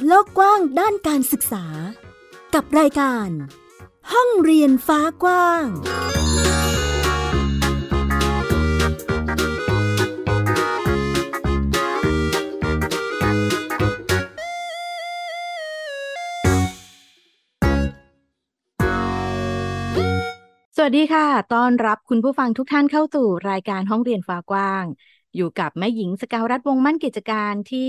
โลกกว้างด้านการศึกษากับรายการห้องเรียนฟ้ากว้างสวัสดีค่ะต้อนรับคุณผู้ฟังทุกท่านเข้าสู่รายการห้องเรียนฟ้ากว้างอยู่กับแม่หญิงสกาวรัตน์วงศ์มั่นกิจการที่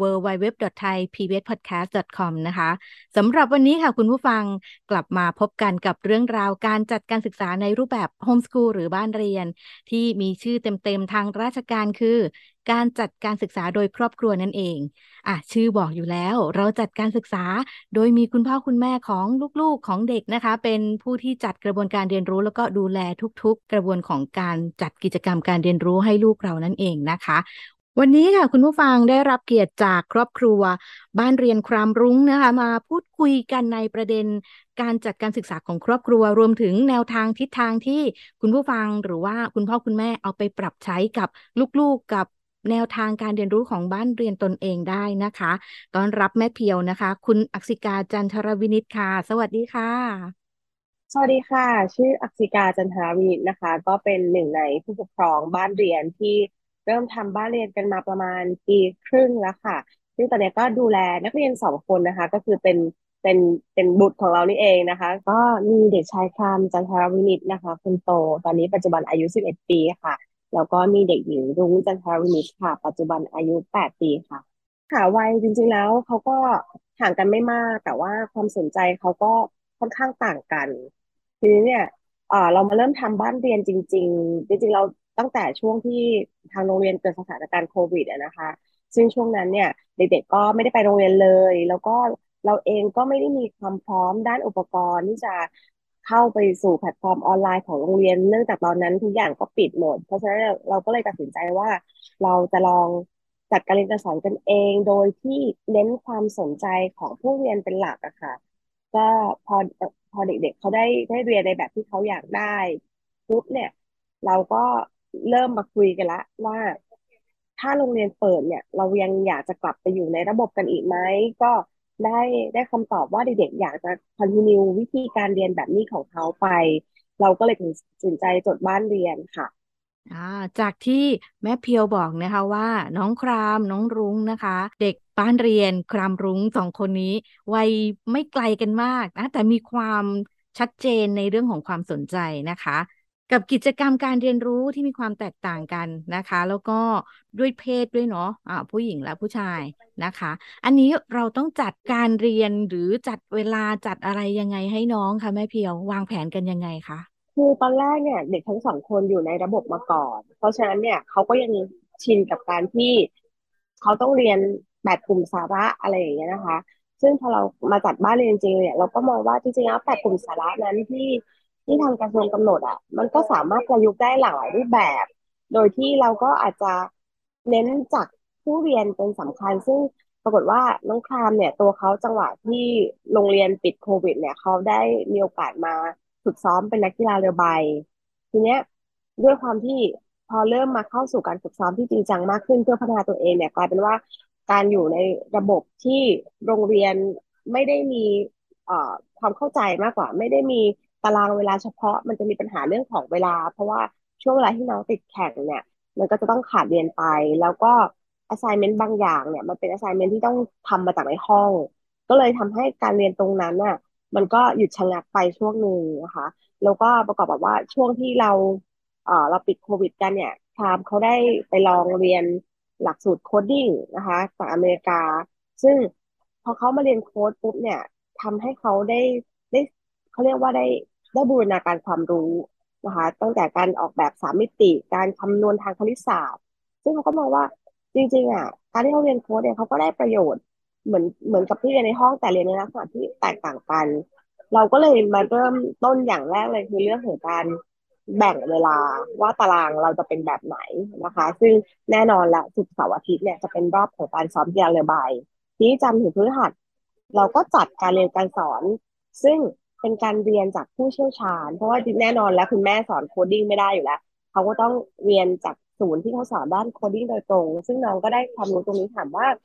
www.thaipbspodcast.com นะคะสำหรับวันนี้ค่ะคุณผู้ฟังกลับมาพบกันกับเรื่องราวการจัดการศึกษาในรูปแบบโฮมสคูลหรือบ้านเรียนที่มีชื่อเต็มๆทางราชการคือการจัดการศึกษาโดยครอบครัวนั่นเองชื่อบอกอยู่แล้วเราจัดการศึกษาโดยมีคุณพ่อคุณแม่ของลูกๆของเด็กนะคะเป็นผู้ที่จัดกระบวนการเรียนรู้แล้วก็ดูแลทุกๆกระบวนของการจัดกิจกรรมการเรียนรู้ให้ลูกเรานั่นเองนะคะวันนี้ค่ะคุณผู้ฟังได้รับเกียรติจากครอบครัวบ้านเรียนครามรุ้งนะคะมาพูดคุยกันในประเด็นการจัดการศึกษาของครอบครัวรวมถึงแนวทางทิศทางที่คุณผู้ฟังหรือว่าคุณพ่อคุณแม่เอาไปปรับใช้กับลูกๆกับแนวทางการเรียนรู้ของบ้านเรียนตนเองได้นะคะต้อนรับแม่เพียวนะคะคุณอักษิกาจันทรวินิจค่ะสวัสดีค่ะสวัสดีค่ะชื่ออักษิกาจันทราวินิจนะคะก็เป็นหนึ่งในผู้ปกครองบ้านเรียนที่เริ่มทำบ้านเรียนกันมาประมาณปีครึ่งแล้วค่ะซึ่งตอนนี้ก็ดูแลนักเรียน2 คนนะคะก็คือเป็นเป็นบุตรของเรานี่เองนะคะก็มีเด็กชายครามจันทราวินิจนะคะคนโตตอนนี้ปัจจุบันอายุ11 ปีค่ะแล้วก็มีเด็กหญิงรุ้งจันทราวินิจค่ะปัจจุบันอายุ8 ปีค่ะค่ะวัยจริงๆแล้วเขาก็ห่างกันไม่มากแต่ว่าความสนใจเขาก็ค่อนข้างต่างกัน ทีนี้เนี่ยเรามาเริ่มทำบ้านเรียนจริงๆเราตั้งแต่ช่วงที่ทางโรงเรียนเกิดสถานการณ์โควิดอะนะคะซึ่งช่วงนั้นเนี่ยเด็กๆก็ไม่ได้ไปโรงเรียนเลยแล้วก็เราเองก็ไม่ได้มีความพร้อมด้านอุปกรณ์ที่จะเข้าไปสู่แพลตฟอร์มออนไลน์ของโรงเรียนเนื่องจากตอนนั้นทุกอย่างก็ปิดหมดเพราะฉะนั้นเราก็เลยตัดสินใจว่าเราจะลองจัดการเรียนการสอนกันเองโดยที่เน้นความสนใจของผู้เรียนเป็นหลักอะค่ะ ก็พอพอเด็กๆเขาได้เรียนในแบบที่เขาอยากได้ปุ๊บเนี่ยเราก็เริ่มมาคุยกันละว่าถ้าโรงเรียนเปิดเนี่ยเรายังอยากจะกลับไปอยู่ในระบบกันอีกไหมก็ได้ได้คำตอบว่าเด็กๆอยากจะ continue วิธีการเรียนแบบนี้ของเขาไปเราก็เลยถึงตัดสินใจจดบ้านเรียนค่ะอ่าจากที่แม่เพียวบอกนะคะว่าน้องครามน้องรุ้งนะคะเด็กบ้านเรียนครามรุ้งสองคนนี้วัยไม่ไกลกันมากนะแต่มีความชัดเจนในเรื่องของความสนใจนะคะกับกิจกรรมการเรียนรู้ที่มีความแตกต่างกันนะคะแล้วก็ด้วยเพศด้วยเนาะผู้หญิงและผู้ชายนะคะอันนี้เราต้องจัดการเรียนหรือจัดเวลาจัดอะไรยังไงให้น้องคะแม่เพียววางแผนกันยังไงคะคือตอนแรกเนี่ยเด็กทั้ง2 คนอยู่ในระบบมาก่อนเพราะฉะนั้นเนี่ยเขาก็ยังชินกับการที่เขาต้องเรียน8 กลุ่มสาระอะไรอย่างเงี้ยนะคะซึ่งพอเรามาจัดบ้านเรียนจริงเนี่ยเราก็มองว่าจริงๆแล้ว8 กลุ่มสาระนั้นที่ทางกระทรวงกำหนดอ่ะมันก็สามารถประยุกต์ได้หลากหลายรูปแบบโดยที่เราก็อาจจะเน้นจากผู้เรียนเป็นสำคัญซึ่งปรากฏว่าน้องครามเนี่ยตัวเขาจังหวะที่โรงเรียนปิดโควิดเนี่ยเขาได้มีโอกาสมา ฝึกซ้อมเป็นนักกีฬาเรือใบทีเนี้ยด้วยความที่พอเริ่มมาเข้าสู่การฝึกซ้อมที่จริงจังมากขึ้นเพื่อพัฒนาตัวเองเนี่ยกลายเป็นว่าการอยู่ในระบบที่โรงเรียนไม่ได้มีความเข้าใจมากกว่าไม่ได้มีตารางเวลาเฉพาะมันจะมีปัญหาเรื่องของเวลาเพราะว่าช่วงเวลาที่น้องติดแข่งเนี่ยมันก็จะต้องขาดเรียนไปแล้วก็ assignment บางอย่างเนี่ยมันเป็น assignment ที่ต้องทำมาจากในห้องก็เลยทำให้การเรียนตรงนั้นน่ะ มันก็หยุดชะงักไปช่วงหนึ่งนะคะแล้วก็ประกอบกับว่าช่วงที่เราปิดโควิดกันเนี่ยครามเขาได้ไปลองเรียนหลักสูตรโคดดิ้งนะคะจากอเมริกาซึ่งพอเขามาเรียนโค้ดปุ๊บเนี่ยทำให้เขาได้เขาเรียกว่าได้บูรณาการความรู้นะคะตั้งแต่การออกแบบ3 มิติการคำนวณทางคณิตศาสตร์ซึ่งเขาก็มองว่าจริงๆอ่ะการที่เขาเรียนโค้ดเนี่ยเขาก็ได้ประโยชน์ เหมือนกับที่เรียนในห้องแต่เรียนในลักษณะที่แตกต่างกันเราก็เลยมาเริ่มต้นอย่างแรกเลยคือเรื่องของการแบ่งเวลาว่าตารางเราจะเป็นแบบไหนนะคะซึ่งแน่นอนละศุกร์เสาร์อาทิตย์เนี่ยจะเป็นรอบของการซ้อมกีฬาเรือใบทีนี้จันทร์ถึงพฤหัสเราก็จัดการเรียนการสอนซึ่งเป็นการเรียนจากผู้เชี่ยวชาญเพราะว่าแน่นอนแล้วคุณแม่สอนโคดดิ้งไม่ได้อยู่แล้วเขาก็ต้องเรียนจากศูนย์ที่เขาสอนด้านโคดดิ้งโดยตรงซึ่งน้องก็ได้ความรู้ตรงนี้ถามว่า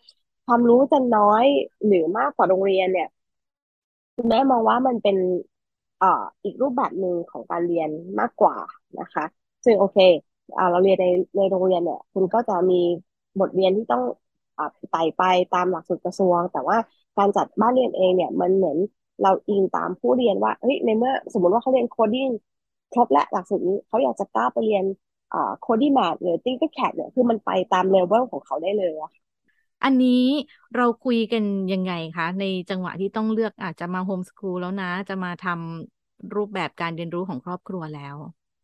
ความรู้จะน้อยหรือมากกว่าโรงเรียนเนี่ยคุณแม่มองว่ามันเป็นอีกรูปแบบหนึ่งของการเรียนมากกว่านะคะซึ่งโอเคเราเรียนในโรงเรียนเนี่ยคุณก็จะมีบทเรียนที่ต้องไต่ไปตามหลักสูตรกระทรวงแต่ว่าการจัดบ้านเรียนเองเนี่ยมันเหมือนเราอิงตามผู้เรียนว่าเฮ้ยในเมื่อสมมติว่าเขาเรียนโคดิ้งครบและหลักสูตรนี้เขาอยากจะก้าวไปเรียนโคดิ้งแมทหรือติ้งก็แคดเนี่ยคือมันไปตามเลเวลของเขาได้เลยอะอันนี้เราคุยกันยังไงคะในจังหวะที่ต้องเลือกอาจจะมาโฮมสคูลแล้วนะจะมาทำรูปแบบการเรียนรู้ของครอบครัวแล้ว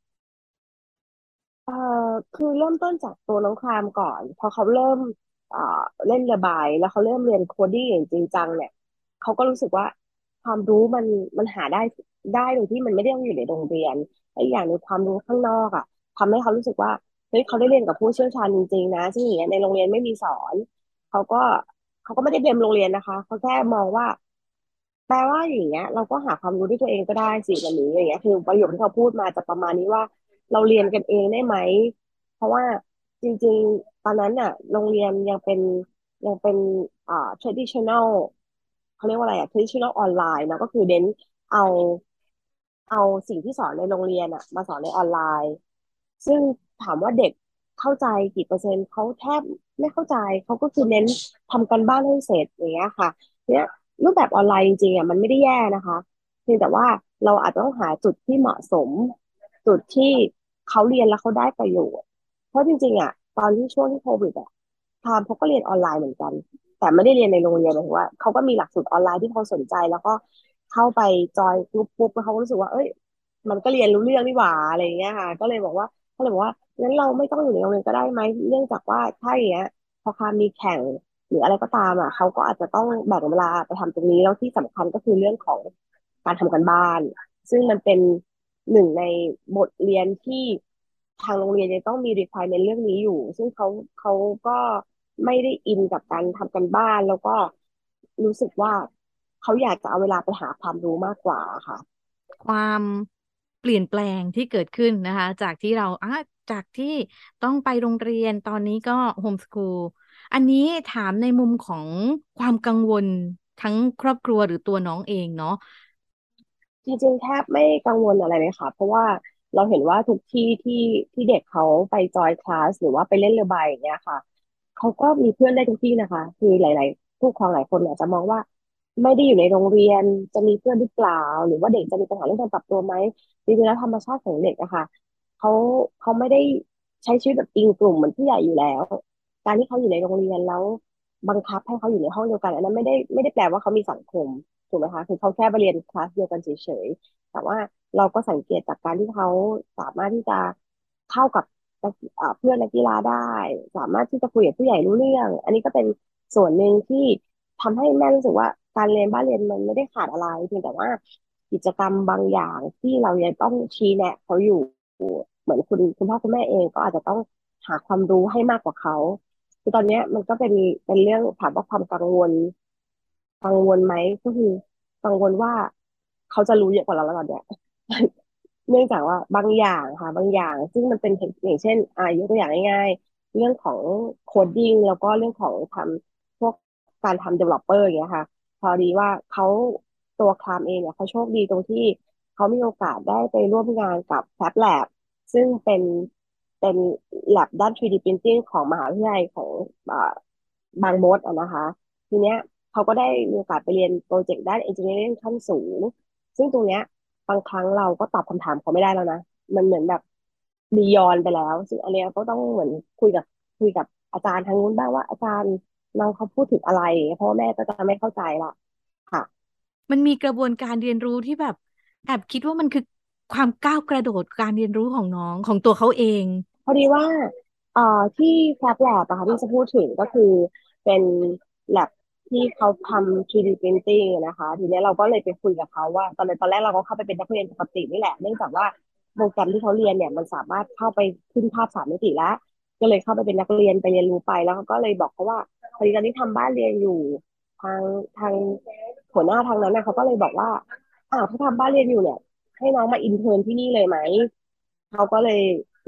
เอ่อคือเริ่มต้นจากตัวน้องครามก่อนพอเขาเริ่มเอ่อเล่นระบายแล้วเขาเริ่มเรียนโคดิ้งอย่างจริงจังเนี่ยเขาก็รู้สึกว่าความรู้มันหาได้โดยที่มันไม่ได้ต้องอยู่ในโรงเรียนและอีกอย่างหนึ่งความรู้ข้างนอกอ่ะทำให้เขารู้สึกว่าเฮ้ยเขาได้เรียนกับผู้เชี่ยวชาญจริงๆนะซึ่งอย่างเงี้ยในโรงเรียนไม่มีสอนเขาก็เขาก็ไม่ได้เบมโรงเรียนนะคะเขาแค่มองว่าแปลว่าอย่างเงี้ยเราก็หาความรู้ด้วยตัวเองก็ได้สิแบบนี้อย่างเงี้ยคือประโยคที่เขาพูดมาจะประมาณนี้ว่าเราเรียนกันเองได้ไหม เพราะว่าจริงๆตอนนั้นน่ะโรงเรียนยังเป็นtraditional เขาเรียกว่าอะไรtraditional ออนไลน์เนอะก็คือเน้นเอาเอาสิ่งที่สอนในโรงเรียนอะมาสอนในออนไลน์ซึ่งถามว่าเด็กเข้าใจกี่เปอร์เซ็นต์เขาแทบไม่เข้าใจเขาก็คือเน้นทำการบ้านให้เสร็จอย่างเงี้ยค่ะเนี่ยรูปแบบออนไลน์จริงๆอ่ะมันไม่ได้แย่นะคะเพียงแต่ว่าเราอาจจะต้องหาจุดที่เหมาะสมจุดที่เขาเรียนแล้วเขาได้ประโยชน์ เพราะจริงๆอ่ะตอนที่ช่วงที่โควิดอ่ะทามเขาก็เรียนออนไลน์เหมือนกันแต่ไม่ได้เรียนในโรงเรียนหมายถึงว่าเขาก็มีหลักสูตรออนไลน์ที่เขาสนใจแล้วก็เข้าไปจอยกรุ๊ปปุ๊บแล้วเขาก็รู้สึกว่าเอ้ยมันก็เรียนรู้เรื่องนี่หว่าอะไรอย่างเงี้ยค่ะก็เลยบอกว่างั้นเราไม่ต้องอยู่ในโรงเรียนก็ได้ไหมเนื่องจากว่าถ้าอย่างเงี้ยพอคามมีแข่งหรืออะไรก็ตามอ่ะเขาก็อาจจะต้องแบ่งเวลาไปทำตรงนี้แล้วที่สำคัญก็คือเรื่องของการทำการบ้านซึ่งมันเป็นหนึ่งในบทเรียนที่ ทางโรงเรียนยังต้องมี requirement เรื่องนี้อยู่ ซึ่งเขาก็ไม่ได้อินกับการทำกันบ้านแล้วก็รู้สึกว่าเขาอยากจะเอาเวลาไปหาความรู้มากกว่าค่ะความเปลี่ยนแปลงที่เกิดขึ้นนะคะจากที่ต้องไปโรงเรียนตอนนี้ก็โฮมสคูลอันนี้ถามในมุมของความกังวลทั้งครอบครัวหรือตัวน้องเองเนาะจริงๆแทบไม่กังวลอะไรเลยค่ะเพราะว่าเราเห็นว่าทุกที่ที่เด็กเขาไปจอยคลาสหรือว่าไปเล่นเรือใบอย่างเงี้ยค่ะเขาก็มีเพื่อนได้ทุกที่นะคะคือหลายๆผู้ปกครองหลายคนอาจจะมองว่าไม่ได้อยู่ในโรงเรียนจะมีเพื่อนหรือเปล่าหรือว่าเด็กจะมีปัญหาเรื่องการปรับตัวไหมจริงๆแล้วธรรมชาติของเด็กอะค่ะเขาเขาไม่ได้ใช้ชีวิตแบบอิงกลุ่มเหมือนผู้ใหญ่อยู่แล้วการที่เขาอยู่ในโรงเรียนแล้วบังคับให้เขาอยู่ในห้องเดียวกันอันนั้นไม่ได้แปลว่าเขามีสังคม ถูกไหมคะคือเขาแค่ไปเรียนคลาสเดียวกันเฉยๆแต่ว่าเราก็สังเกตจากการที่เขาสามารถที่จะเข้ากับเพื่อนนักกีฬาได้สามารถที่จะคุยกับผู้ใหญ่รู้เรื่องอันนี้ก็เป็นส่วนหนึ่งที่ทำให้แม่รู้สึกว่าการเรียนบ้านเรียนมันไม่ได้ขาดอะไรเพียงแต่ว่ากิจกรรมบางอย่างที่เรายังต้องชี้แนะเขาอยู่เหมือนคุณพ่อคุณแม่เองก็อาจจะต้องหาความรู้ให้มากกว่าเขาคือตอนเนี้ยมันก็เป็นเรื่องถามว่าความกังวลไหมก็คือกังวลว่าเขาจะรู้เยอะกว่าเราแล้วตอนเนี้ยเนื่องจากว่าบางอย่างค่ะบางอย่างซึ่งมันเป็นเทคนิคอย่างเช่นยกตัวอย่างง่ายๆเรื่องของโคดดิ้งแล้วก็เรื่องของพวกการทำ developer อย่างเงี้ยค่ะพอดีว่าตัวคลามเองเนี่ยเขาโชคดีตรงที่เขามีโอกาสได้ไปร่วมงานกับ Fab Lab ซึ่งเป็น lab ด้าน 3D Printing ของมหาวิทยาลัยของอ่าบางมดอะนะคะทีเนี้ย เขาก็ได้มีโอกาสไปเรียนโปรเจกต์ด้าน engineering ขั้นสูง ซึ่งตรงเนี้ยบางครั้งเราก็ตอบคำถามเขาไม่ได้แล้วนะ มันเหมือนแบบบียอนไปแล้ว ซึ่งอันเนี้ยก็ต้องเหมือนคุยกับอาจารย์ทางนู้นบ้างว่าอาจารย์น้องเขาพูดถึงอะไร เพราะว่าแม่ก็จะไม่เข้าใจละค่ะมันมีกระบวนการเรียนรู้ที่แบบแอบคิดว่ามันคือความก้าวกระโดดการเรียนรู้ของน้องของตัวเขาเองพอดีว่าที่แฟบแลบอะค่ะที่จะพูดถึงก็คือเป็นแลบที่เขาทำ 3D printing นะคะทีนี้เราก็เลยไปคุยกับเขาว่าตอนแรกเราก็เข้าไปเป็นนักเรียนปกตินี่แหละเนื่องจากว่าโปรแกรมที่เขาเรียนเนี่ยมันสามารถเข้าไปขึ้นภาพ3 มิติแล้วก็เลยเข้าไปเป็นนักเรียนไปเรียนรู้ไปแล้วเขาก็เลยบอกเขาว่าพอดีตอนนี้ทำบ้านเรียนอยู่ทางทางหัวหน้าทางนั้นนะเขาก็เลยบอกว่าถ้าทำบ้านเรียนอยู่เนี่ยให้น้องมาอินเทิร์นที่นี่เลยไหมเขาก็เลย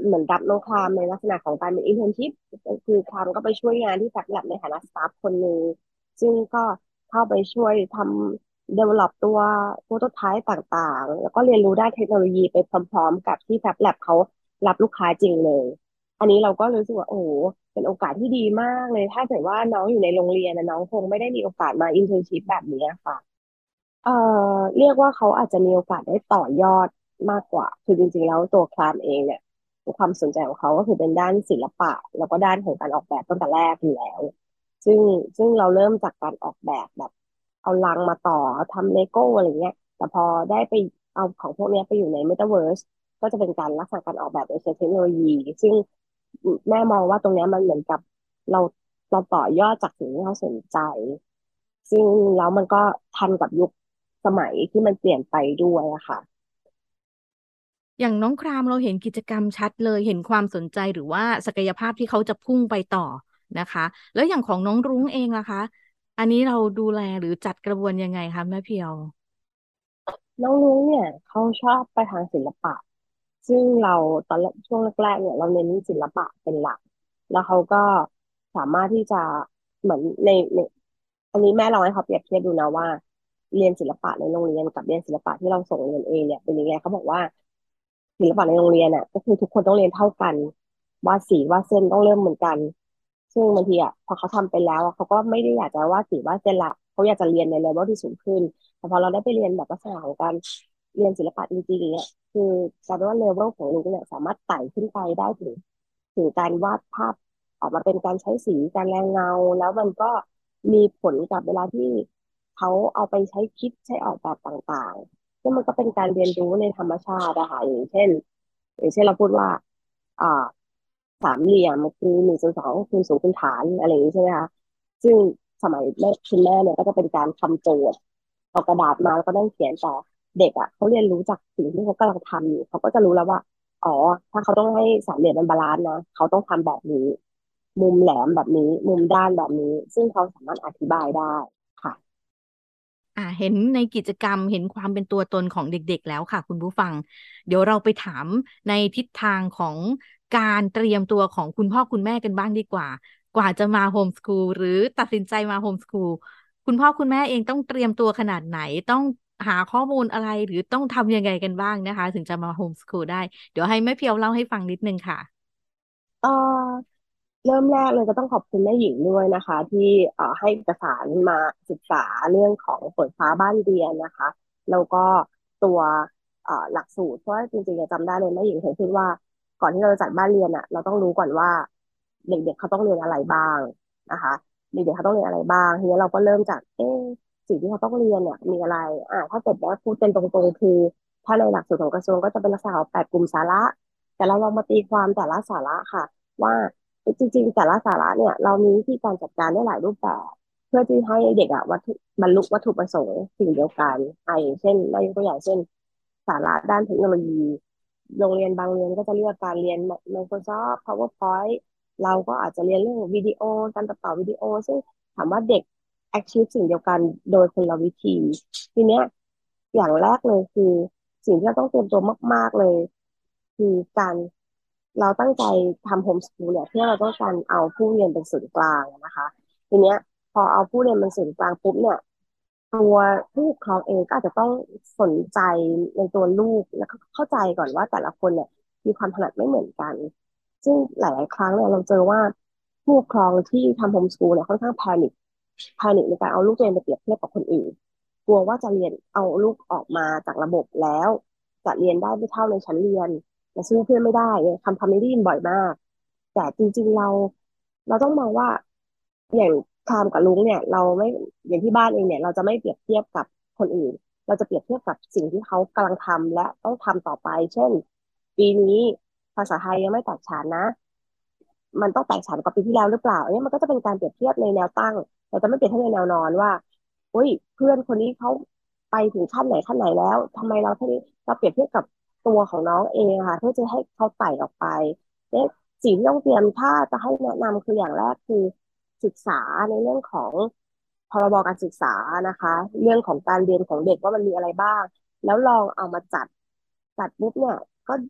เหมือนรับน้องครามในลักษณะของการเป็นอินเทอร์นชิพคือครามก็ไปช่วยงานที่แฟลบในฐานะสตาฟคนหนึ่งซึ่งก็เข้าไปช่วยทำ develop ตัวโปรโตไทป์ต่างๆแล้วก็เรียนรู้ด้านเทคโนโลยีไปพร้อมๆกับที่แฟลบเขารับลูกค้าจริงเลยอันนี้เราก็รู้สึกว่าโอ้โหเป็นโอกาสที่ดีมากเลยถ้าเกิดว่าน้องอยู่ในโรงเรียนนะน้องคงไม่ได้มีโอกาสมาอินเทอร์นชิพแบบนี้ค่ะ เรียกว่าเขาอาจจะมีโอกาสได้ต่อยอดมากกว่าคือจริงๆแล้วตัวคลามเองเนี่ยความสนใจของเขาก็คือเป็นด้านศิลปะแล้วก็ด้านของการออกแบบตั้งแต่แรกอยู่แล้วซึ่งซึ่งเราเริ่มจากการออกแบบเอาลังมาต่อทำเลโก้อะไรเงี้ยแต่พอได้ไปเอาของพวกเนี้ยไปอยู่ใน Metaverse ก็จะเป็นการลักษณะการออกแบบโดยใช้เทคโนโลยีซึ่งแม่มองว่าตรงเนี้ยมันเหมือนกับเราเราต่อยอดจากสิ่งที่เขาสนใจซึ่งแล้วมันก็ทันกับยุค สมัยที่มันเปลี่ยนไปด้วยอะค่ะอย่างน้องครามเราเห็นกิจกรรมชัดเลยเห็นความสนใจหรือว่าศักยภาพที่เขาจะพุ่งไปต่อนะคะแล้วอย่างของน้องรุ้งเองล่ะคะอันนี้เราดูแลหรือจัดกระบวนยังไงคะแม่เพียวน้องนุ้งเนี่ยเขาชอบไปทางศิลปะซึ่งเราตอนแรกช่วงแรกๆเนี่ยเราเน้นศิลปะเป็นหลักแล้วเขาก็สามารถที่จะเหมือนในอันนี้แม่ลองให้เขาเปรียบเทียบดูนะว่าเรียนศิลปะในโรงเรียนกับเรียนศิลปะที่เราส่งเรียนเองเนี่ยเป็นยังไงเขาบอกว่าศิลปะในโรงเรียนอ่ะก็คือทุกคนต้องเรียนเท่ากันวาดสีวาดเส้นต้องเริ่มเหมือนกันซึ่งบางทีอ่ะพอเขาทำไปแล้วอะเขาก็ไม่ได้อยากจะวาดสีวาดเส้นละเขาอยากจะเรียนในเลเวลที่สูงขึ้น แต่พอเราได้ไปเรียนแบบลักษณะของการเรียนศิลปะจริงๆเนี่ยคือกลายเป็นว่าเลเวลของลูกเนี่ยสามารถไต่ขึ้นไปได้ถึงการวาดภาพออกมาเป็นการใช้สีการแรงเงาแล้วมันก็มีผลกับเวลาที่เขาเอาไปใช้คิดใช้ออกแบบต่างๆซึ่งมันก็เป็นการเรียนรู้ในธรรมชาติอะค่ะอย่างเช่นเราพูดว่าอ่าสามเหลี่ยมมันคือ1+2ก็คือ0 คูณฐานอะไรอย่างนี้ใช่ไหมคะซึ่งสมัยแม่คุณแม่เนี่ยก็จะเป็นการทำโจทย์ เอากระดาษมาแล้วก็นั่งเขียนต่อเด็กอ่ะเขาเรียนรู้จากสิ่งที่เขากำลังทำอยู่เขาก็จะรู้แล้วว่าอ๋อถ้าเขาต้องให้สามเหลี่ยมมันบาลานซ์นะเขาต้องทำแบบนี้มุมแหลมแบบนี้มุมด้านแบบนี้ซึ่งเขาสามารถอธิบายได้ค่ะเห็นในกิจกรรมเห็นความเป็นตัวตนของเด็กๆแล้วค่ะคุณผู้ฟังเดี๋ยวเราไปถามในทิศทางของการเตรียมตัวของคุณพ่อคุณแม่กันบ้างดีกว่ากว่าจะมาโฮมสคูลหรือตัดสินใจมาโฮมสคูลคุณพ่อคุณแม่เองต้องเตรียมตัวขนาดไหนต้องหาข้อมูลอะไรหรือต้องทำยังไงกันบ้างนะคะถึงจะมาโฮมสคูลได้เดี๋ยวให้แม่เพียวเล่าให้ฟังนิดนึงค่ะเอ่อเริ่มแรกเลยก็ต้องขอบคุณแม่หญิงด้วยนะคะที่ให้เอกสารมาศึกษาเรื่องของเปิดฟ้าบ้านเรียนนะคะแล้วก็ตัวหลักสูตรเพราะว่าจริงๆจำได้เลยแม่หญิงเคยพูดว่าก่อนที่เราจะจัดบ้านเรียนอ่ะเราต้องรู้ก่อนว่าเด็กๆเขาต้องเรียนอะไรบ้างนะคะเด็กๆเขาต้องเรียนอะไรบ้างทีนี้เราก็เริ่มจากสิ่งที่เขาต้องเรียนเนี่ยมีอะไรถ้าเกิดว่าพูดเป็นตรงๆคือถ้าในหลักสูตรของกระทรวงก็จะเป็นลักษณะของ8 กลุ่มสาระแต่เราลองมาตีความแต่ละสาระค่ะว่า จริงๆแต่ละสาระเนี่ยเรามีวิธีการจัดการได้หลายรูปแบบเพื่อที่ให้เด็กอะบรรลุวัตถุประสงค์สิ่งเดียวกันอย่างเช่นยกตัวอย่างเช่นสาระด้านเทคโนโลยีโรงเรียนบางเรียนก็จะเลือกการเรียน Microsoft PowerPoint เราก็อาจจะเรียนเรื่องวิดีโอการตัดต่อวิดีโอซึ่งถามว่าเด็ก achieve สิ่งเดียวกันโดยคนละวิธีทีเนี้ยอย่างแรกเลยคือสิ่งที่เราต้องเตรียมตัวมากๆเลยคือการเราตั้งใจทำโฮมสคูลเนี่ยเพื่อเราต้องการเอาผู้เรียนเป็นศูนย์กลางนะคะทีเนี้ยพอเอาผู้เรียนเป็นศูนย์กลางปุ๊บเนี่ยตัวผู้ปกครองเองก็อาจจะต้องสนใจในตัวลูกแล้วก็เข้าใจก่อนว่าแต่ละคนเนี่ยมีความถนัดไม่เหมือนกันซึ่งหลายๆครั้งเนี่ยเราเจอว่าผู้ปกครองที่ทำโฮมสคูลเนี่ยค่อนข้างแพนิคในการเอาลูกตัวเองไปเปรียบเทียบกับคนอื่นกลัวว่าจะเรียนเอาลูกออกมาจากระบบแล้วจะเรียนได้ไม่เท่าในชั้นเรียน แต่สู้เพื่อนไม่ได้เนี่ยคำนี้ได้ยินบ่อยมากแต่จริงๆเราต้องมองว่าอย่างคามกับลุงเนี่ยเราไม่อย่างที่บ้านเองเนี่ยเราจะไม่เปรียบเทียบกับคนอื่นเราจะเปรียบเทียบกับสิ่งที่เขากำลังทำและต้องทำต่อไปเช่นปีนี้ภาษาไทยยังไม่แตกฉานนะมันต้องแตกฉานกว่าปีที่แล้วหรือเปล่าอันนี้มันก็จะเป็นการเปรียบเทียบในแนวตั้งเราจะไม่เปรียบเทียบในแนวนอนว่าอุ้ยเพื่อนคนนี้เขาไปถึงขั้นไหนแล้วทำไมเราแค่นี้เราเปรียบเทียบกับ ตัวของน้องเองค่ะเพื่อจะให้เขาไต่ออกไปเนี่ยสิ่งที่ต้องเตรียมถ้าจะให้แนะนำคืออย่างแรกคือศึกษาในเรื่องของพรบการศึกษานะคะเรื่องของการเรียนของเด็กว่ามันมีอะไรบ้างแล้วลองเอามาจัดปุ๊บเนี่ยก็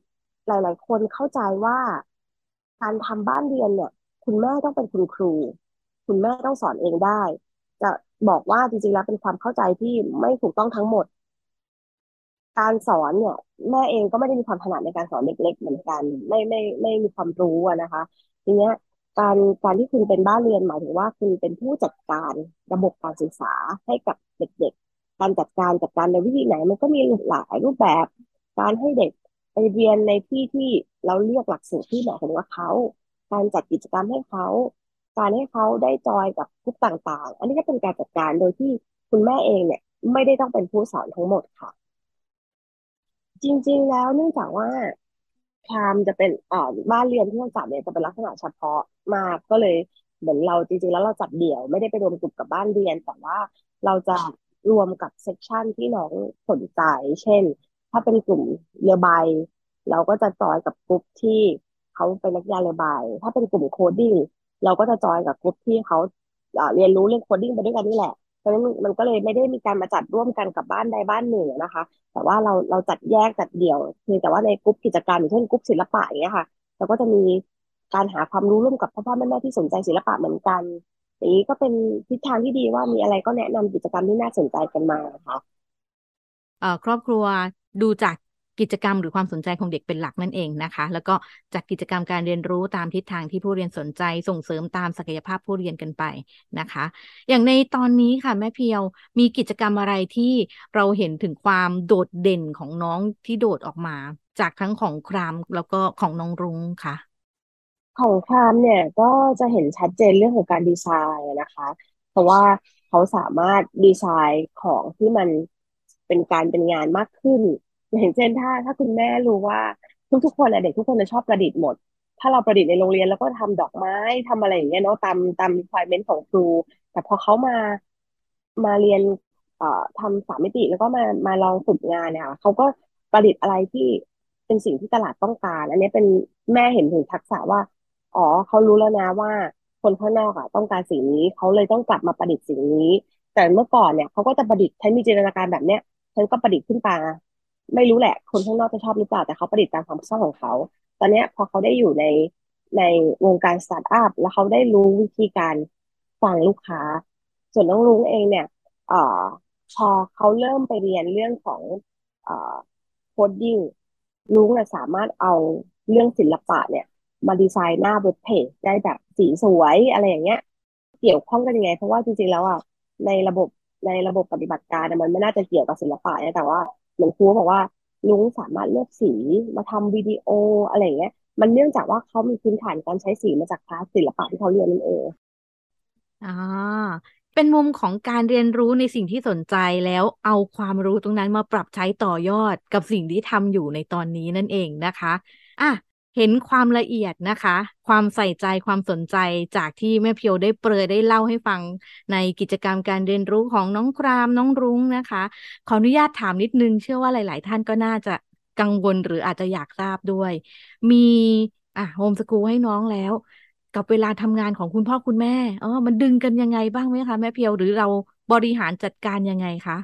หลายๆคนเข้าใจว่าการทำบ้านเรียนเนี่ยคุณแม่ต้องเป็นคุณครูคุณแม่ต้องสอนเองได้จะบอกว่าจริงๆแล้วเป็นความเข้าใจที่ไม่ถูกต้องทั้งหมด การสอนเนี่ยแม่เองก็ไม่ได้มีความถนัดในการสอนเด็กๆเหมือนกันไม่มีความรู้อะนะคะทีเนี้ยการที่คุณเป็นบ้านเรียนหมายถึงว่าคุณเป็นผู้จัดการระบบการศึกษาให้กับเด็กๆการจัดการในวิธีไหนมันก็มีหลายรูปแบบการให้เด็กไปเรียนในที่ที่เราเลือกหลักสูตรที่เหมาะสมกับเขาการจัดกิจกรรมให้เขาการให้เขาได้จอยกับกลุ่มต่างๆอันนี้ก็เป็นการจัดการโดยที่คุณแม่เองเนี่ยไม่ได้ต้องเป็นผู้สอนทั้งหมดค่ะ จริงๆแล้วเนื่องจากว่าครามจะเป็นบ้านเรียนที่เราจัดเนี่ยจะเป็นลักษณะเฉพาะมากก็เลยเหมือนเราจริงๆแล้วเราจัดเดี่ยวไม่ได้ไปรวมกลุ่มกับบ้านเรียนแต่ว่าเราจะรวมกับเซกชันที่น้องสนใจเช่นถ้าเป็นกลุ่มเรือใบเราก็จะจอยกับกลุ่มที่เขาเป็นนักกีฬาเรือใบถ้าเป็นกลุ่มโคดดิ้งเราก็จะจอยกับกลุ่มที่เขาเรียนรู้เรื่องโคดดิ้งไปด้วยกันนี่แหละเพราะฉะนั้นมันก็เลยไม่ได้มีการมาจัดร่วมกันกับบ้านใดบ้านหนึ่งนะคะ แต่ว่าเราจัดแยกจัดเดี่ยวเพียงแต่ว่าในกลุ่มกิจกรรมอย่างเช่นกลุ่มศิลปะอย่างเงี้ยค่ะเราก็จะมีการหาความรู้ร่วมกับพ่อแม่ที่สนใจศิลปะเหมือนกันอย่างนี้ก็เป็นทิศทางที่ดีว่ามีอะไรก็แนะนำกิจกรรมที่น่าสนใจกันมาค่ะครอบครัวดูจากกิจกรรมหรือความสนใจของเด็กเป็นหลักนั่นเองนะคะแล้วก็จัดกิจกรรมการเรียนรู้ตามทิศทางที่ผู้เรียนสนใจส่งเสริมตามศักยภาพผู้เรียนกันไปนะคะอย่างในตอนนี้ค่ะแม่เพียวมีกิจกรรมอะไรที่เราเห็นถึงความโดดเด่นของน้องที่โดดออกมาจากทั้งของครามแล้วก็ของน้องรุ้งค่ะของครามเนี่ยก็จะเห็นชัดเจนเรื่องของการดีไซน์อะนะคะเพราะว่าเขาสามารถดีไซน์ของที่มันเป็นการเป็นงานมากขึ้นอย่างเช่นถ้าคุณแม่รู้ว่าทุกคนอะเด็กทุกคนจะชอบประดิษฐ์หมดถ้าเราประดิษฐ์ในโรงเรียนแล้วก็ทำดอกไม้ทำอะไรอย่างเงี้ยเนาะตาม requirement ของครูแต่พอเขามาเรียนทำ3 มิติแล้วก็มาลองฝึกงานเนี่ยค่ะเขาก็ประดิษฐ์อะไรที่เป็นสิ่งที่ตลาดต้องการอันนี้เป็นแม่เห็นถึงทักษะว่า อ๋อเขารู้แล้วนะว่าคนข้างนอกอ่ะต้องการสิ่งนี้เขาเลยต้องกลับมาประดิษฐ์สิ่งนี้แต่เมื่อก่อนเนี่ยเขาก็จะประดิษฐ์ฉันมีจินตนาการแบบเนี้ยฉันก็ประดิษฐ์ขึ้นมาไม่รู้แหละคนข้างนอกจะชอบหรือเปล่าแต่เขาประดิษฐ์ตามความชอบของเขาตอนเนี้ยพอเขาได้อยู่ในวงการสตาร์ทอัพแล้วเขาได้รู้วิธีการฟังลูกค้าส่วนน้องลุงเองเนี่ยเอ่อพอเขาเริ่มไปเรียนเรื่องของเอ่อโคดดิ้งลุงน่ะสามารถเอาเรื่องศิลปะเนี่ย มาดีไซน์หน้าเว็บเพจได้แบบสีสวยอะไรอย่างเงี้ยเกี่ยวข้องกันยังไงเพราะว่าจริงๆแล้วอ่ะในระบบในระบบปฏิบัติการอะมันไม่น่าจะเกี่ยวกับศิลปะนะแต่ว่าเหมือนครูบอกว่าลุงสามารถเลือกสีมาทำวิดีโออะไรอย่างเงี้ยมันเนื่องจากว่าเขามีพื้นฐานการใช้สีมาจากคลาสศิลปะที่เขาเรียนนั่นเองอ่าเป็นมุมของการเรียนรู้ในสิ่งที่สนใจแล้วเอาความรู้ตรงนั้นมาปรับใช้ต่อยอดกับสิ่งที่ทำอยู่ในตอนนี้นั่นเองนะคะอ่ะเห็นความละเอียดนะคะความใส่ใจความสนใจจากที่แม่เพียวได้เปรยได้เล่าให้ฟังในกิจกรรมการเรียนรู้ของน้องครามน้องรุ้งนะคะขออนุญาตถามนิดนึงเชื่อว่าหลายๆท่านก็น่าจะกังวลหรืออาจจะอยากทราบด้วยมีโฮมสกูลให้น้องแล้ว กับเวลาทำงานของคุณพ่อคุณแม่มันดึงกันยังไงบ้างไหมคะแม่เพียวหรือเราบริหารจัดการยังไงคะ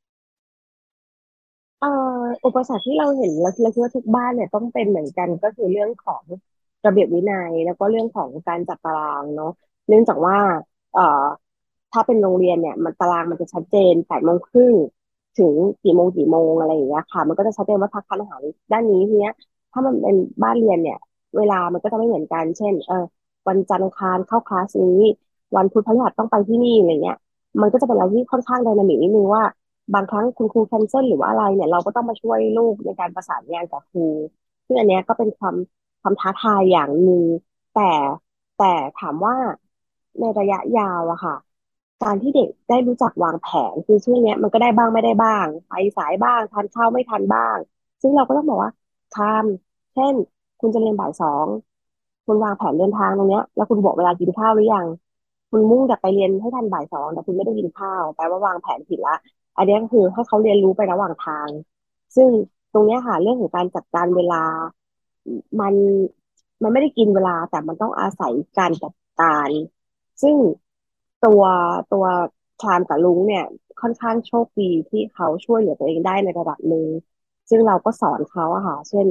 เอ่ออุปสรรคที่เราเห็นและคิดว่าทุกบ้านเนี่ยต้องเป็นเหมือนกันก็คือเรื่องของระเบียบวินัยแล้วก็เรื่องของการจัดตารางเนาะเนื่องจากว่าเอ่อถ้าเป็นโรงเรียนเนี่ยมันตารางมันจะชัดเจน8 โมงครึ่งถึงกี่โมงอะไรอย่างเงี้ยค่ะมันก็จะชัดเจนว่าพักทานอาหารด้านนี้ทีเนี้ยถ้ามันเป็นบ้านเรียนเนี่ยเวลามันก็จะไม่เหมือนกันเช่นวันจันทร์อังคารเข้าคลาสนี้วันพุธพฤหัสต้องไปที่นี่อะไรเงี้ยมันก็จะเป็นอะไรที่ค่อนข้างไดนามิกนิดนึงว่า บางครั้งคุณครูแคนเซิลหรือว่าอะไรเนี่ยเราก็ต้องมาช่วยลูกในการประสานงานกับครูซึ่งอันเนี้ยก็เป็นความท้าทายอย่างหนึ่งแต่แต่ถามว่าในระยะยาวอะค่ะการที่เด็กได้รู้จักวางแผนคือช่วงเนี้ยมันก็ได้บ้างไม่ได้บ้างไปสายบ้างทานข้าวไม่ทันบ้างซึ่งเราก็ต้องบอกว่าทำเช่นคุณจะเรียนบ่าย 2คุณวางแผนเดินทางตรงเนี้ยแล้วคุณบอกเวลากินข้าวหรือยังคุณมุ่งแต่ไปเรียนให้ทันบ่าย 2แต่คุณไม่ได้กินข้าวแปลว่าวางแผนผิดละ อันนี้ก็คือให้เขาเรียนรู้ไประหว่างทาง ซึ่งตรงเนี้ยค่ะเรื่องของการจัดการเวลามันมันไม่ได้กินเวลาแต่มันต้องอาศัยการจัดการซึ่งตัวตัวชามกับลุงเนี่ยค่อนข้างโชคดีที่เขาช่วยเหลือตัวเองได้ในระดับหนึ่งซึ่งเราก็สอนเขาอะค่ะเช่น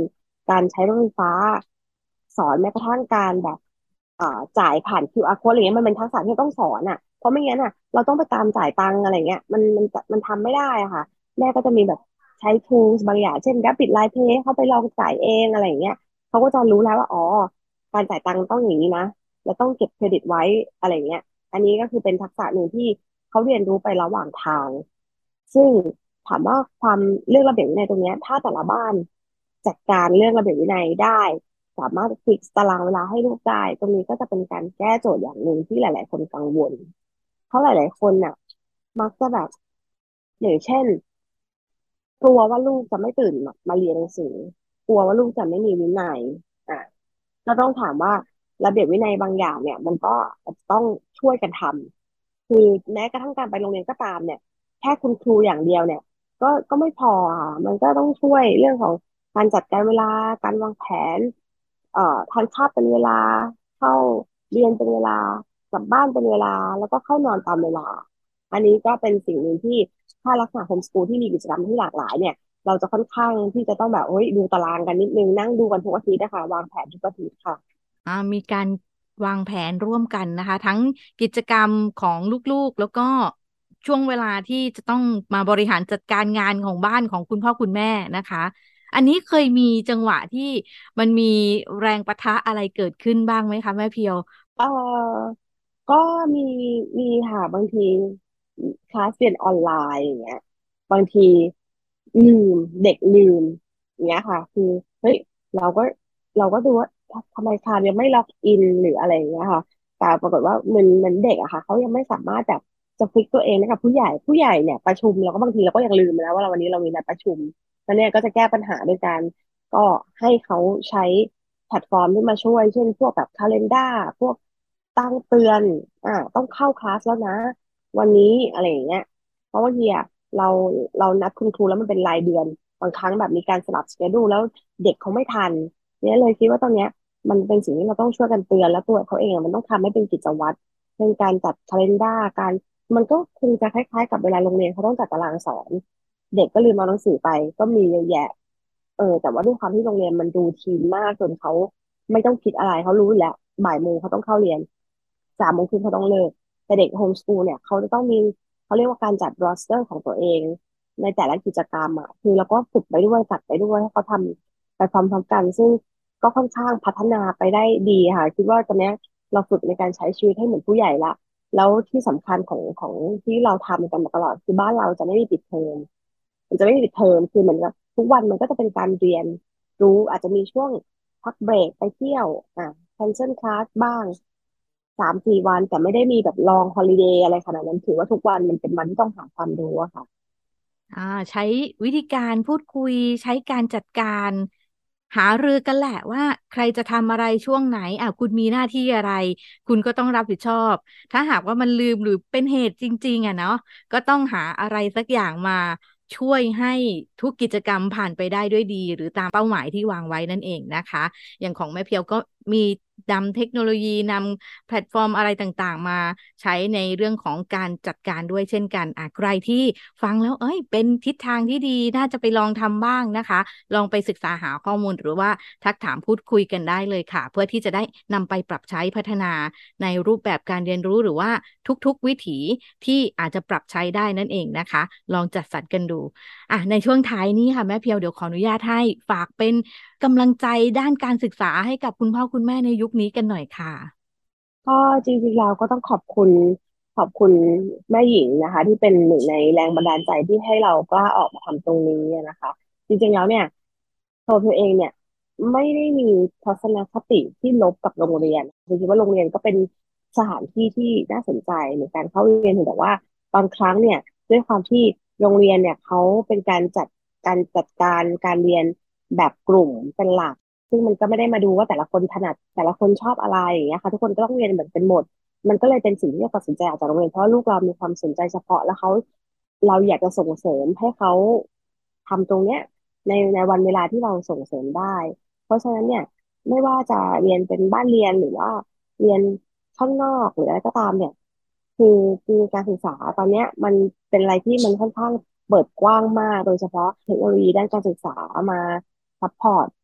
การใช้รถไฟฟ้าสอนแม้กระทั่งการแบบจ่ายผ่าน QR code อะไรเงี้ยมันเป็นทักษะที่ต้องสอนอ่ะเพราะไม่งั้นอ่ะเราต้องไปตามจ่ายตังค์อะไรเงี้ยมันทำไม่ได้อะค่ะแม่ก็จะมีแบบใช้ tools บางอย่างเช่น Rapid Line Pay เขาไปลองจ่ายเองอะไรเงี้ยเขาก็จะรู้แล้วว่าอ๋อการจ่ายตังค์ต้องอย่างนี้นะแล้วต้องเก็บเครดิตไว้อะไรเงี้ยอันนี้ก็คือเป็นทักษะหนึ่งที่เขาเรียนรู้ไประหว่างทางซึ่งถามว่าความเรื่องระเบียบวินัยตรงเนี้ยถ้าแต่ละบ้านจัดการเรื่องระเบียบวินัยได้สามารถฟิกตารางเวลาให้ลูกได้ตรงนี้ก็จะเป็นการแก้โจทย์อย่างหนึ่งที่หลายๆคนกังวลเพราะหลายๆคนน่ะมักจะแบบอย่างเช่นกลัวว่าลูกจะไม่ตื่นมาเรียนหนังสือกลัวว่าลูกจะไม่มีวินัยอ่ะ ก็ต้องถามว่าระเบียบวินัยบางอย่างเนี่ยมันก็ต้องช่วยกันทำคือแม้กระทั่งการไปโรงเรียนก็ตามเนี่ยแค่คุณครูอย่างเดียวเนี่ยก็ไม่พอค่ะมันก็ต้องช่วยเรื่องของการจัดการเวลาการวางแผนทานข้าวเป็นเวลาเข้าเรียนเป็นเวลากลับบ้านเป็นเวลาแล้วก็เข้านอนตามเวลาอันนี้ก็เป็นสิ่งหนึ่งที่ถ้าลักษณะโฮมสกูลที่มีกิจกรรมที่หลากหลายเนี่ยเราจะค่อนข้างที่จะต้องแบบโอ้ยดูตารางกันนิดนึงนั่งดูกันทุกอาทิตย์นะคะวางแผนทุกอาทิตย์ค่ะมีการวางแผนร่วมกันนะคะทั้งกิจกรรมของลูกๆแล้วก็ช่วงเวลาที่จะต้องมาบริหารจัดการงานของบ้านของคุณพ่อคุณแม่นะคะอันนี้เคยมีจังหวะที่มันมีแรงปะทะอะไรเกิดขึ้นบ้างไหมคะแม่เพียวเออก็มีมีค่ะบางทีคลาสเรียนออนไลน์อย่างเงี้ยบางทีลืเด็กลืมอย่างเงี้ยค่ะคือเฮ้ยเราก็เราก็ดูว่าทำไมคลาสยังไม่ล็อกอินหรืออะไรอย่างเงี้ยค่ะแต่ปรากฏว่าเหมือนเด็กอะค่ะเขายังไม่สามารถแบบจะฟิกตัวเองนะกับผู้ใหญ่เนี่ยประชุมแล้วก็บางทีเราก็ยังลืมไปแล้วว่าเราวันนี้เรามีนัดประชุมแล้วเนี่ยก็จะแก้ปัญหาด้วยการก็ให้เขาใช้แพลตฟอร์มที่มาช่วยเช่นพวกแบบคาเลนดาพวก ตั้งเตือนต้องเข้าคลาสแล้วนะวันนี้อะไรอย่างเงี้ยเพราะว่าเฮียเราเรานัดคุณครูแล้วมันเป็นรายเดือนบางครั้งแบบมีการสลับสเกดูแล้วเด็กเขาไม่ทันเนี่ยเลยคิดว่าตอนเนี้ยมันเป็นสิ่งที่เราต้องช่วยกันเตือนแล้วตัวเขาเองมันต้องทำให้เป็นกิจวัตรเป็นการจัดคาล endar การมันก็คงจะคล้ายๆกับเวลาโรงเรียนเขาต้องจัดตารางสอนเด็กก็ลืมเอาหนังสือไปก็มีเยอะแยะแต่ว่าด้วยความที่โรงเรียนมันดูทีมมากจนเขาไม่ต้องคิดอะไรเขารู้อยู่แล้วบ่ายโมงเขาต้องเข้าเรียน3 โมงครึ่งเขาต้องเลิกแต่เด็กโฮมสกูลเนี่ยเขาจะต้องมีเขาเรียกว่าการจัดโรสเตอร์ของตัวเองในแต่ละกิจกรรมอ่ะคือเราก็ฝึกไปด้วยจัดไปด้วยให้เขาทำไปพร้อมๆกันซึ่งก็ค่อนข้างพัฒนาไปได้ดีค่ะคิดว่าตอนเนี้ยเราฝึกในการใช้ชีวิตให้เหมือนผู้ใหญ่ละแล้วที่สำคัญของที่เราทำกันมาตลอดคือบ้านเราจะไม่มีปิดเทอมมันจะไม่มีปิดเทอมคือเหมือนกับทุกวันมันก็จะเป็นการเรียนรู้อาจจะมีช่วงพักเบรกไปเที่ยวcancel class บ้าง3-4 วันแต่ไม่ได้มีแบบลองฮอลิเดย์อะไรขนาดนั้นถือว่าทุกวันมันเป็นวันที่ต้องหาความรู้อะค่ะใช้วิธีการพูดคุยใช้การจัดการหารือกันแหละว่าใครจะทำอะไรช่วงไหนคุณมีหน้าที่อะไรคุณก็ต้องรับผิดชอบถ้าหากว่ามันลืมหรือเป็นเหตุจริงๆเนาะก็ต้องหาอะไรสักอย่างมาช่วยให้ทุกกิจกรรมผ่านไปได้ด้วยดีหรือตามเป้าหมายที่วางไว้นั่นเองนะคะอย่างของแม่เพียวก็มีนำเทคโนโลยีนำแพลตฟอร์มอะไรต่างๆมาใช้ในเรื่องของการจัดการด้วยเช่นกันใครที่ฟังแล้วเอ้ยเป็นทิศทางที่ดีน่าจะไปลองทำบ้างนะคะลองไปศึกษาหาข้อมูลหรือว่าทักถามพูดคุยกันได้เลยค่ะเพื่อที่จะได้นำไปปรับใช้พัฒนาในรูปแบบการเรียนรู้หรือว่าทุกๆวิถีที่อาจจะปรับใช้ได้นั่นเองนะคะลองจัดสรรกันดูในช่วงท้ายนี้ค่ะแม่เพียวเดี๋ยวขออนุญาตให้ฝากเป็นกำลังใจด้านการศึกษาให้กับคุณพ่อคุณแม่ในยุคนี้กันหน่อยค่ะก็จริงๆเราก็ต้องขอบคุณแม่หญิงนะคะที่เป็นหนึ่งในแรงบันดาลใจที่ให้เรากล้าออกมาทำตรงนี้นะคะจริงๆแล้วเนี่ยตัวเองเนี่ยไม่ได้มีทัศนคติที่ลบกับโรงเรียนจริงๆว่าโรงเรียนก็เป็นสถานที่ที่น่าสนใจในการเข้าเรียนแต่ว่าบางครั้งเนี่ยด้วยความที่โรงเรียนเนี่ยเขาเป็นการจัดการการเรียนแบบกลุ่มเป็นหลัก ซึ่งมันก็ไม่ได้มาดูว่าแต่ละคนถนัดแต่ละคนชอบอะไรอย่างเงี้ยค่ะทุกคนก็ต้องเรียนเหมือนเป็นหมดมันก็เลยเป็นสิ่งที่เราตัดสินใจออกจากโรงเรียนเพราะว่าลูกเรามีความสนใจเฉพาะแล้วเราอยากจะส่งเสริมให้เขาทำตรงเนี้ยในวันเวลาที่เราส่งเสริมได้เพราะฉะนั้นเนี่ยไม่ว่าจะเรียนเป็นบ้านเรียนหรือว่าเรียนข้างนอกหรืออะไรก็ตามเนี่ยคือการศึกษาตอนเนี้ยมันเป็นอะไรที่มันค่อนข้างเปิดกว้างมากโดยเฉพาะเทคโนโลยีด้านการศึกษามาซัพพอร์ต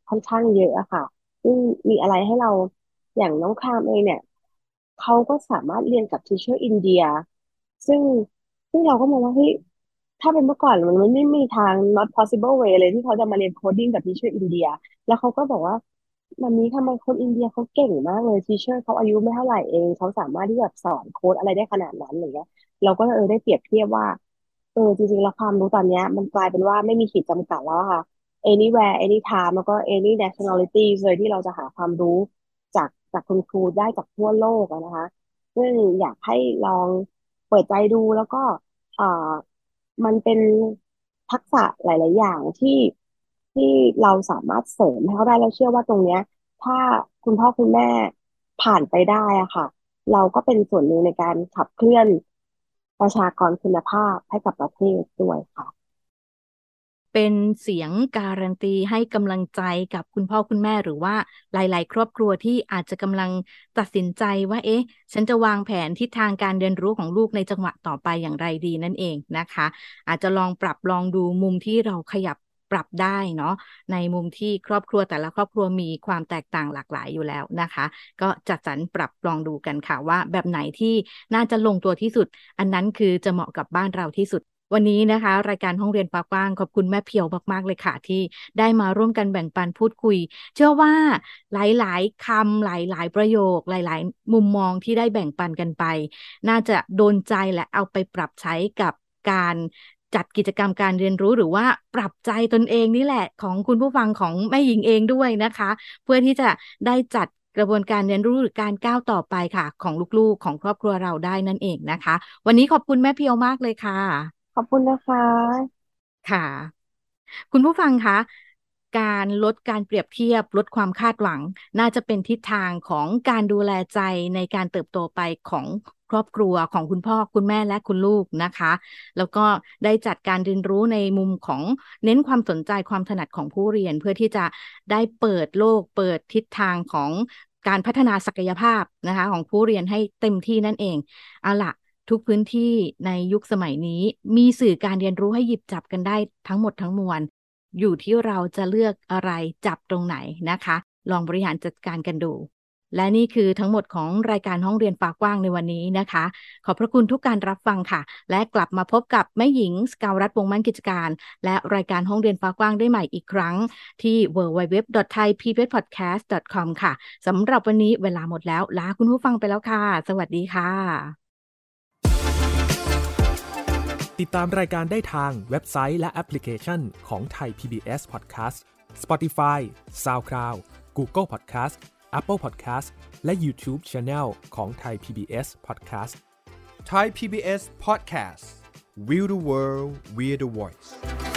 ค่อนข้างเยอะอะค่ะซึ่งมีอะไรให้เราอย่างน้องครามเองเนี่ยเขาก็สามารถเรียนกับทีเชอร์อินเดียซึ่งเราก็มองว่าเฮ้ยถ้าเป็นเมื่อก่อนมันไม่มีทาง not possible way เลยที่เขาจะมาเรียนโคดดิ้งกับทีเชอร์อินเดียแล้วเขาก็บอกว่ามันนี้ทำไมคนอินเดียเขาเก่งมากเลยทีเชอร์เขาอายุไม่เท่าไหร่เองเขาสามารถที่แบบสอนโค้ดอะไรได้ขนาดนั้นอะไรเงี้ยเราก็ได้เปรียบเทียบว่าจริงๆแล้วความรู้ตอนเนี้ยมันกลายเป็นว่าไม่มีขีดจำกัดแล้วอะค่ะ anywhere anytime แล้วก็ any nationality เลยที่เราจะหาความรู้จากคุณครูได้จากทั่วโลกอะนะคะซึ่งอยากให้ลองเปิดใจดูแล้วก็เอ่อมันเป็นทักษะหลายๆอย่างที่เราสามารถเสริมให้เขาได้แล้วเชื่อว่าตรงเนี้ยถ้าคุณพ่อคุณแม่ผ่านไปได้อะค่ะเราก็เป็นส่วนหนึ่งในการขับเคลื่อนประชากรคุณภาพให้กับประเทศด้วยค่ะเป็นเสียงการันตีให้กำลังใจกับคุณพ่อคุณแม่หรือว่าหลายๆครอบครัวที่อาจจะกำลังตัดสินใจว่าฉันจะวางแผนทิศทางการเรียนรู้ของลูกในจังหวะต่อไปอย่างไรดีนั่นเองนะคะอาจจะลองปรับลองดูมุมที่เราขยับปรับได้เนาะในมุมที่ครอบครัวแต่ละครอบครัวมีความแตกต่างหลากหลายอยู่แล้วนะคะก็จัดสรรปรับลองดูกันค่ะว่าแบบไหนที่น่าจะลงตัวที่สุดอันนั้นคือจะเหมาะกับบ้านเราที่สุด วันนี้นะคะรายการห้องเรียนฟ้ากว้างขอบคุณแม่เพียวมากๆเลยค่ะที่ได้มาร่วมกันแบ่งปันพูดคุยเชื่อว่าหลายๆคำหลายๆประโยคหลายๆมุมมองที่ได้แบ่งปันกันไปน่าจะโดนใจและเอาไปปรับใช้กับการจัดกิจกรรมการเรียนรู้หรือว่าปรับใจตนเองนี่แหละของคุณผู้ฟังของแม่หญิงเองด้วยนะคะเพื่อที่จะได้จัดกระบวนการเรียนรู้หรือการก้าวต่อไปค่ะของลูกๆของครอบครัวเราได้นั่นเองนะคะวันนี้ขอบคุณแม่เพียวมากเลยค่ะขอบคุณนะคะค่ะ คุณผู้ฟังคะการลดการเปรียบเทียบลดความคาดหวังน่าจะเป็นทิศทางของการดูแลใจในการเติบโตไปของครอบครัวของคุณพ่อคุณแม่และคุณลูกนะคะแล้วก็ได้จัดการเรียนรู้ในมุมของเน้นความสนใจความถนัดของผู้เรียนเพื่อที่จะได้เปิดโลกเปิดทิศทางของการพัฒนาศักยภาพนะคะของผู้เรียนให้เต็มที่นั่นเองเอาล่ะ ทุกพื้นที่ในยุคสมัยนี้มีสื่อการเรียนรู้ให้หยิบจับกันได้ทั้งหมดทั้งมวลอยู่ที่เราจะเลือกอะไรจับตรงไหนนะคะลองบริหารจัดการกันดูและนี่คือทั้งหมดของรายการห้องเรียนฟ้ากว้างในวันนี้นะคะขอบพระคุณทุกการรับฟังค่ะและกลับมาพบกับแม่หญิงสกาวรัตน์วงศ์มั่นกิจการและรายการห้องเรียนฟ้ากว้างได้ใหม่อีกครั้งที่ www.thaipbspodcast.com ค่ะสำหรับวันนี้เวลาหมดแล้วลาคุณผู้ฟังไปแล้วค่ะสวัสดีค่ะติดตามรายการได้ทางเว็บไซต์และแอปพลิเคชันของ Thai PBS Podcast Spotify SoundCloud Google Podcast Apple Podcast และ YouTube Channel ของ Thai PBS Podcast Thai PBS Podcast We the World We the Voice